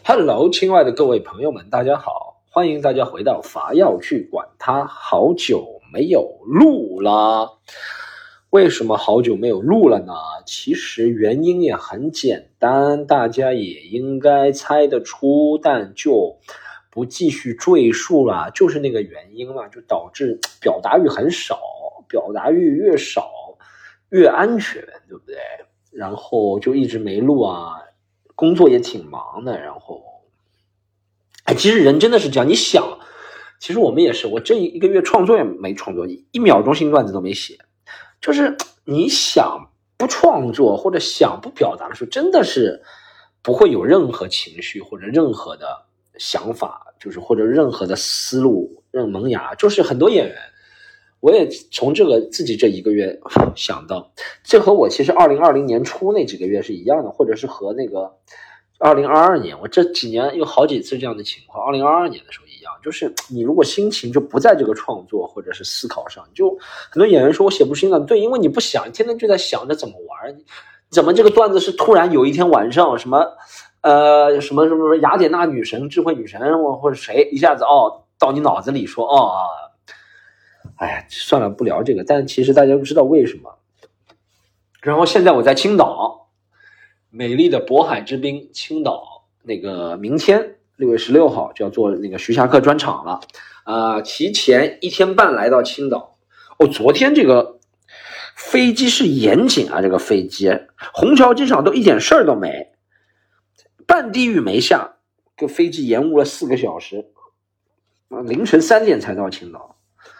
Hello，亲爱的各位朋友们，大家好，欢迎大家回到伐要去管他，好久没有录了。为什么好久没有录了呢？其实原因也很简单，大家也应该猜得出，但就不继续赘述了。就是那个原因嘛，就导致表达欲很少，表达欲越少越安全，对不对？然后就一直没录啊。工作也挺忙的，然后，其实人真的是这样。你想，其实我们也是，我这一个月创作也没创作，一秒钟新段子都没写。就是你想不创作或者想不表达的时候，真的是不会有任何情绪或者任何的想法，就是或者任何的思路萌芽。就是很多演员，我也从自己这一个月想到，这和我其实2020年初那几个月是一样的，或者是和那个2022年，我这几年有好几次这样的情况，2022年的时候一样，就是你如果心情就不在这个创作或者是思考上，就很多演员说我写不出新段子，对，因为你不想，你天天就在想着怎么玩，怎么这个段子是突然有一天晚上什么雅典娜女神、智慧女神或者谁一下子到你脑子里说哎呀，算了，不聊这个。但其实大家都知道为什么。然后现在我在青岛，美丽的渤海之滨，青岛那个明天6月16号就要做那个徐霞客专场了，提前1天半来到青岛。昨天这个飞机是严谨啊，这个飞机虹桥机场都一点事儿都没，半滴雨没下，这飞机延误了4个小时，凌晨3点才到青岛。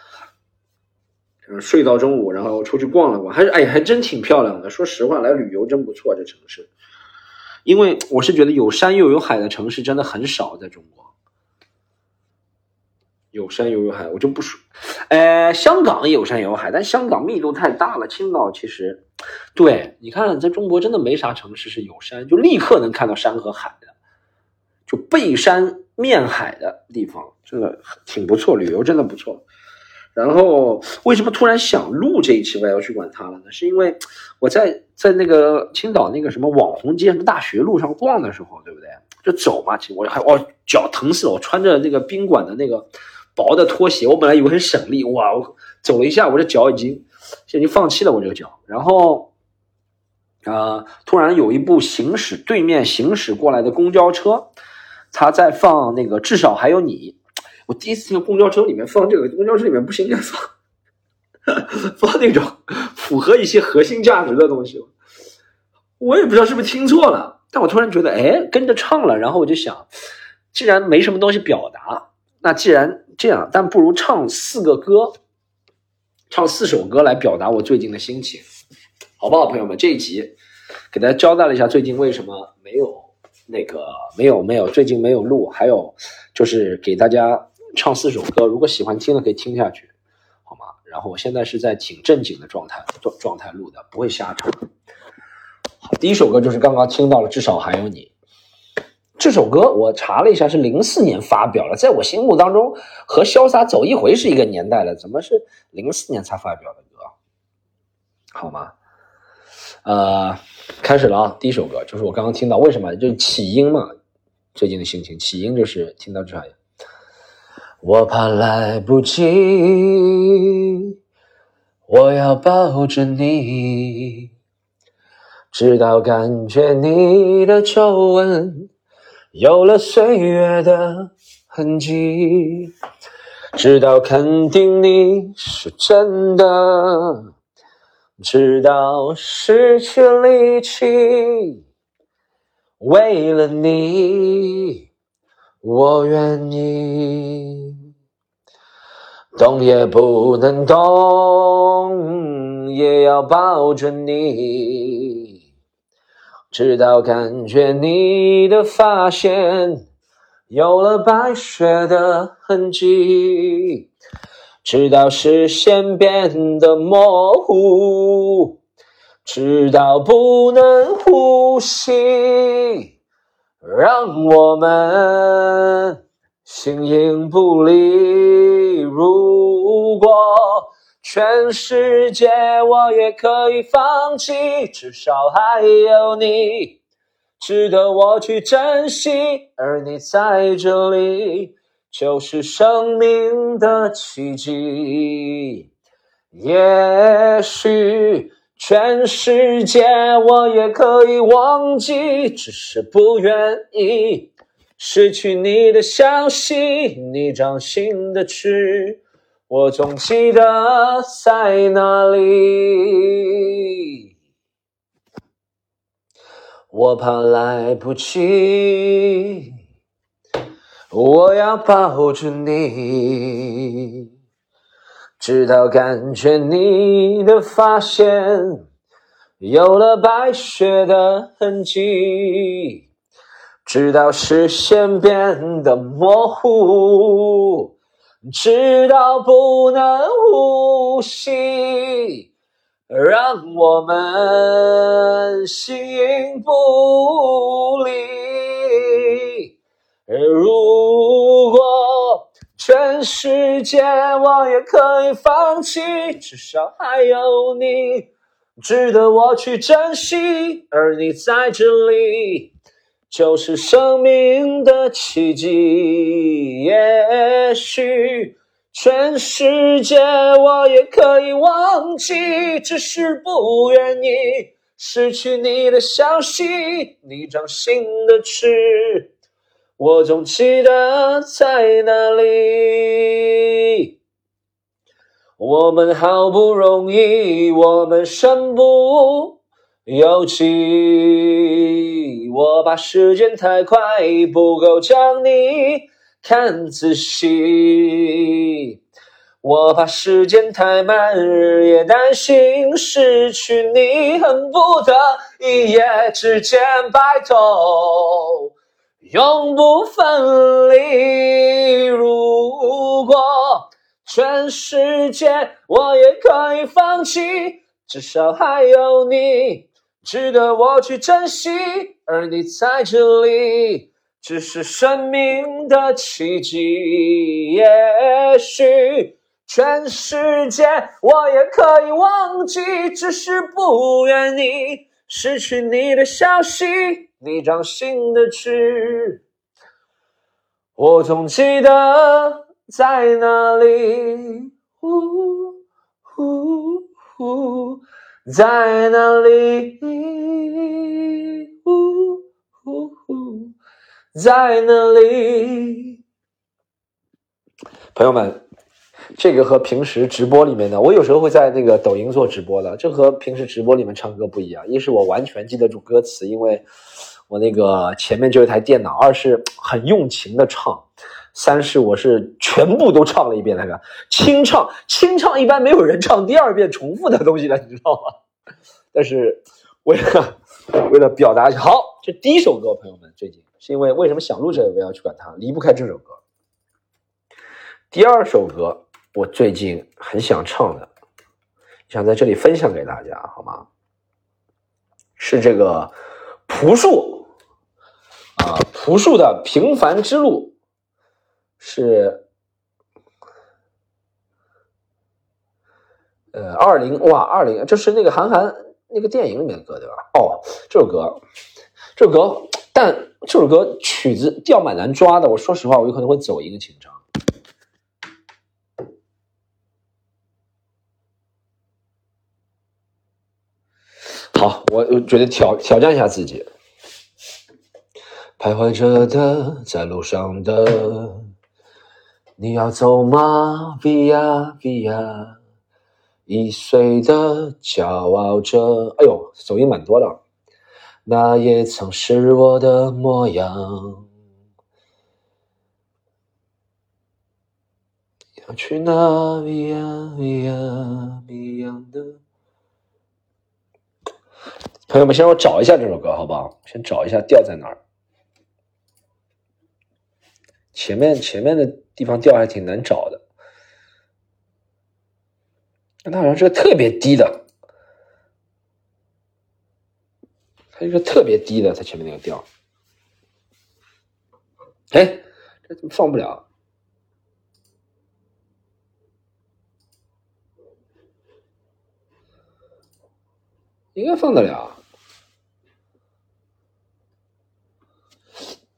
睡到中午，然后出去逛了逛，还真挺漂亮的。说实话，来旅游真不错，这城市。因为我是觉得有山又有海的城市真的很少，在中国。有山又有海，我就不说。香港也有山也有海，但香港密度太大了。青岛其实，对，你看，在中国真的没啥城市是有山，就立刻能看到山和海的，就背山面海的地方，真的挺不错，旅游真的不错。然后为什么突然想录这一期我要去管它了呢？是因为我在那个青岛那个什么网红街、什么大学路上逛的时候，对不对？就走嘛，我还脚疼死了，我穿着那个宾馆的那个薄的拖鞋，我本来以为很省力，哇，我走了一下，我这脚已经放弃了，我这个脚。然后突然有一部对面行驶过来的公交车，他在放那个至少还有你。我第一次听公交车里面放这个，公交车里面不是应该放那种符合一些核心价值的东西吗？我也不知道是不是听错了，但我突然觉得跟着唱了。然后我就想，既然没什么东西表达，那既然这样，但不如唱4首歌来表达我最近的心情，好不好？朋友们，这一集给大家交代了一下最近为什么没有最近没有录，还有就是给大家唱4首歌，如果喜欢听的可以听下去，好吗？然后我现在是在挺正经的状态录的，不会瞎唱。好，第一首歌就是刚刚听到了，至少还有你。这首歌我查了一下是04年发表了，在我心目当中和潇洒走一回是一个年代了，怎么是04年才发表的歌？好吗？开始了啊！第一首歌就是我刚刚听到，为什么？就是起因嘛，最近的心情起因就是听到这样。我怕来不及，我要抱着你，直到感觉你的皱纹有了岁月的痕迹，直到肯定你是真的，直到失去力气，为了你我愿意，动也不能动，也要抱着你，直到感觉你的发线有了白雪的痕迹，直到视线变得模糊，直到不能呼吸，让我们形影不离。如果全世界我也可以放弃，至少还有你， 值得我去珍惜，而你在这里，就是生命的奇迹。也许全世界我也可以忘记，只是不愿意失去你的消息，你掌心的痣，我总记得在哪里。我怕来不及，我要抱住你，直到感觉你的发线有了白雪的痕迹，直到视线变得模糊，直到不能呼吸，让我们形影不离。如果全世界我也可以放弃，至少还有你值得我去珍惜，而你在这里，就是生命的奇迹。也许全世界我也可以忘记，只是不愿意失去你的消息，你掌心的痣，我总记得在哪里。我们好不容易，我们身不由己，我怕时间太快，不够将你看仔细，我怕时间太慢，日夜担心失去你，恨不得一夜之间白头，永不分离。如果全世界我也可以放弃，至少还有你值得我去珍惜，而你在这里，只是生命的奇迹。也许全世界我也可以忘记，只是不愿意失去你的消息，你掌心的痣，我总记得在哪里，在哪里，在哪里。朋友们，这个和平时直播里面的，我有时候会在那个抖音做直播的，这和平时直播里面唱歌不一样。一是我完全记得住歌词，因为我那个前面就有一台电脑；二是很用情的唱；三是我是全部都唱了一遍那个清唱一般没有人唱第二遍重复的东西的，你知道吗？但是为了表达好，这第一首歌，朋友们，最近是因为为什么想录这个我要去管它，离不开这首歌。第二首歌我最近很想唱的，想在这里分享给大家，好吗？是这个朴树朴树的《平凡之路》，是20这是那个韩寒那个电影里面的歌对吧？这首歌曲子调蛮难抓的，我说实话我有可能会走一个情商。好，我觉得挑战一下自己。徘徊着的，在路上的，你要走吗？ Via Via， 易碎的，骄傲着，哎呦，走音蛮多的。那也曾是我的模样，要去哪里呀一样的。朋友们，先让我找一下这首歌好不好？先找一下调在哪儿。前面的地方调还挺难找的，那好像是个特别低的，它是个特别低的，它前面那个调。哎，这怎么放不了？应该放得了。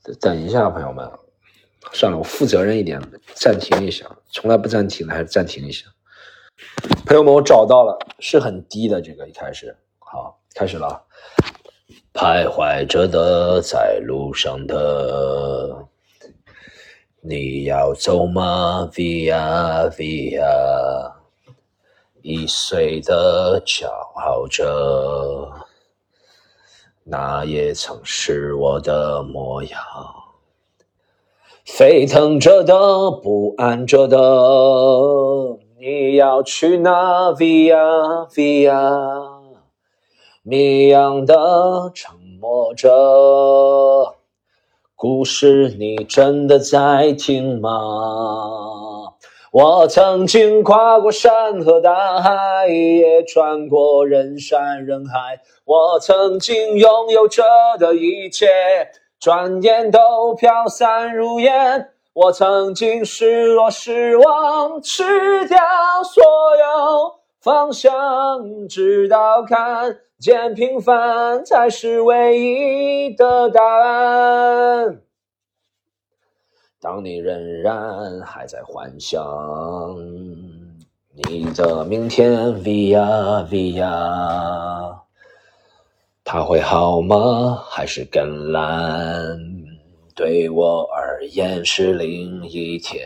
等一下，朋友们，算了，我负责任一点，暂停一下，从来不暂停的，还是暂停一下。朋友们，我找到了，是很低的，这个一开始，好，开始了。徘徊着的，在路上的，你要走吗 ？Via Via， 易碎的骄傲着，那也曾是我的模样。沸腾着的，不安着的，你要去哪 ？Via Via， 谜样的沉默着，故事你真的在听吗？我曾经跨过山和大海，也穿过人山人海，我曾经拥有着的一切，转眼都飘散如烟。我曾经失落失望，吃掉所有方向，直到看见平凡才是唯一的答案。当你仍然还在幻想你的明天 Via Via， 它会好吗？还是更烂？对我而言是另一天。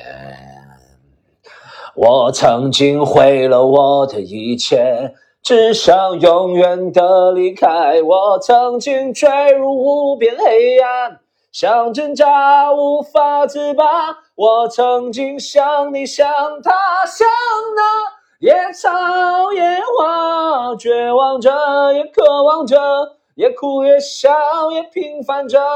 我曾经毁了我的一切，只想永远的离开。我曾经坠入无边黑暗，想挣扎无法自拔。我曾经像你像他像那野草野花，绝望着也渴望着，也哭也笑也平凡着。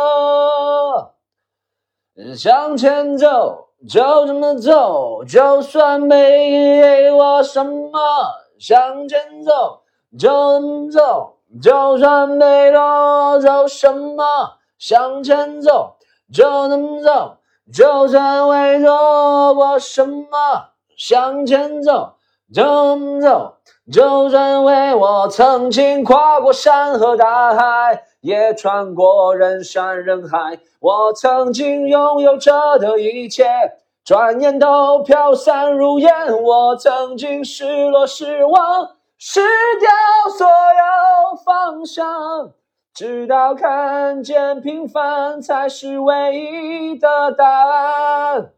向前走，就这么走，就算没给我什么。向前走，就这么走，就算没夺走什么。向前走，就这么走，就算未做过什么。向前走，就这么走，就算为我曾经跨过山和大海，也穿过人山人海，我曾经拥有着的一切，转眼都飘散如烟。我曾经失落失望，失掉所有方向，直到看见平凡才是唯一的答案。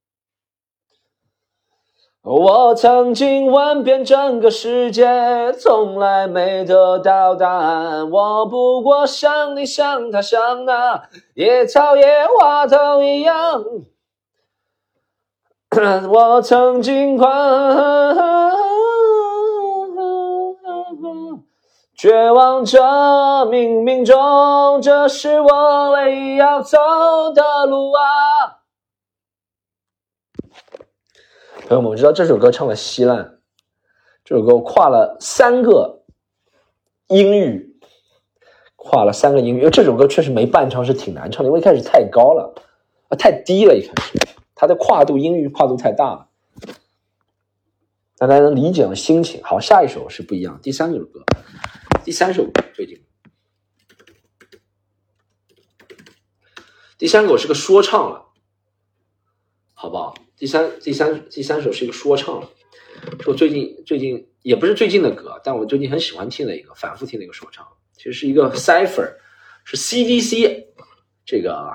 我曾经问遍整个世界，从来没得到答案。我不过像你像他像那野草野花都一样。我曾经绝望着，冥冥中这是我唯一要走的路啊。朋友们，我知道这首歌唱了稀烂，这首歌我跨了3个音域，因为这首歌确实没伴唱是挺难唱的，因为一开始太高了，太低了，一开始它的音域跨度太大了，大家能理解我心情。好，下一首是不一样，第三首歌最近，第三首是个说唱了，好不好？第三首是一个说唱了，是我最近也不是最近的歌，但我最近很喜欢听的一个，反复听的一个说唱，其实是一个 cipher， 是 CDC 这个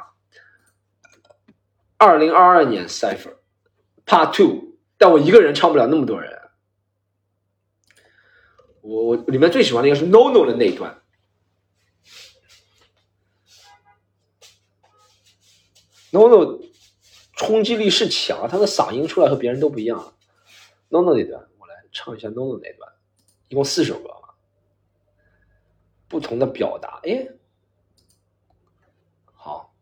2022年 cipher Part 2， 但我一个人唱不了那么多人，我里面最喜欢的应该是 NONO 的那一段。NONO 冲击力是强，他的嗓音出来和别人都不一样。NONO 那段，我来唱一下 NONO 那段，一共4首歌，不同的表达。哎，好，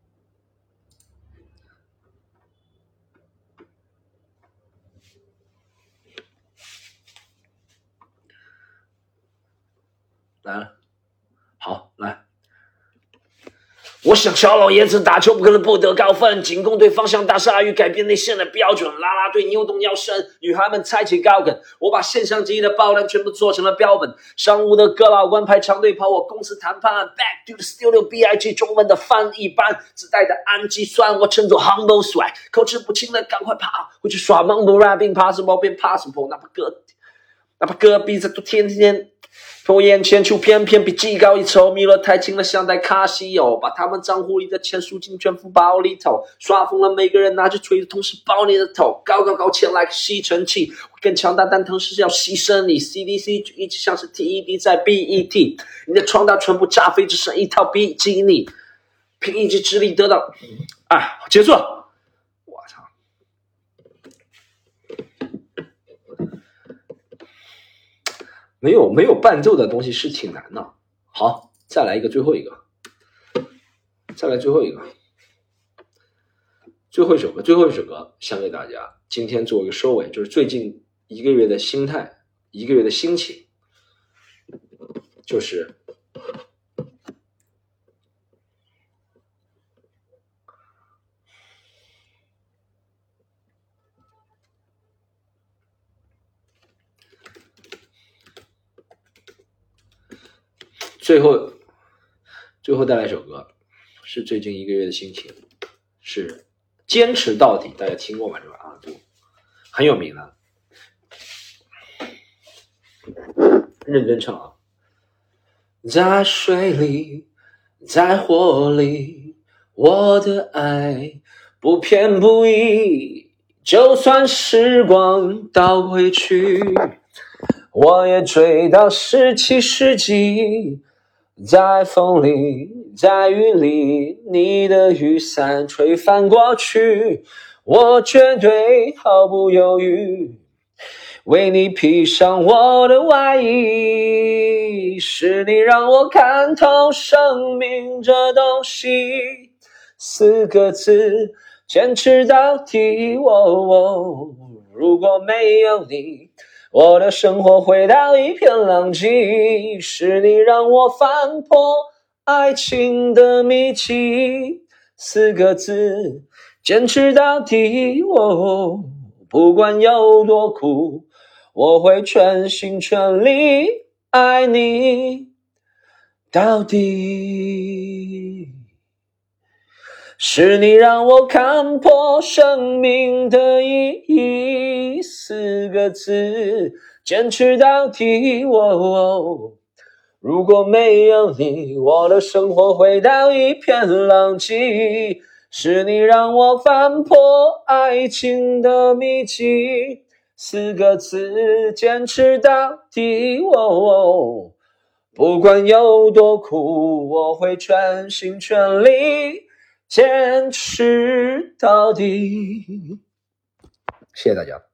来了，好，来。 我想小老爷子打球不可能不得高分，进攻队方向大鲨鱼改变内线的标准，啦啦队扭动腰身，女孩们踩起高跟，我把现象级的爆料全部做成了标本，商务的哥老官排长队跑我公司谈判 ，Back to the studio BIG 中文的翻译班，自带的氨基酸我称作 humble swag， 口齿不清的赶快跑，回去耍 mumble rapping possible 变 possible， 哪怕隔壁在都天天从我眼前就偏偏比技高一筹，弥勒太轻了像带卡西欧，把他们账户里的钱赎金全部包里头，刷疯了每个人拿着锤子同时爆你的头，高前来个吸尘器，我更强大但同时要牺牲你 CDC 一直像是 TED 在 BET， 你的床单全部炸飞只剩一套比基尼，凭一己之力得到结束了，我操，没有伴奏的东西是挺难的。好，再来最后一个，最后一首歌想给大家，今天做一个收尾，就是最近一个月的心态，一个月的心情，就是最后带来一首歌，是最近一个月的心情，是坚持到底，大家听过吗？这个不很有名的，认真唱啊！在水里，在火里，我的爱不偏不倚，就算时光倒回去，我也追到17世纪。在风里，在雨里，你的雨伞吹翻过去，我绝对毫不犹豫为你披上我的外衣，是你让我看透生命这东西，4个字，坚持到底，如果没有你，我的生活回到一片狼藉，是你让我翻破爱情的秘籍，4个字，坚持到底，不管有多苦，我会全心全力爱你到底。是你让我看破生命的意义，4个字，坚持到底，如果没有你，我的生活回到一片狼藉，是你让我翻破爱情的秘籍，4个字，坚持到底，不管有多苦，我会全心全力坚持到底。谢谢大家。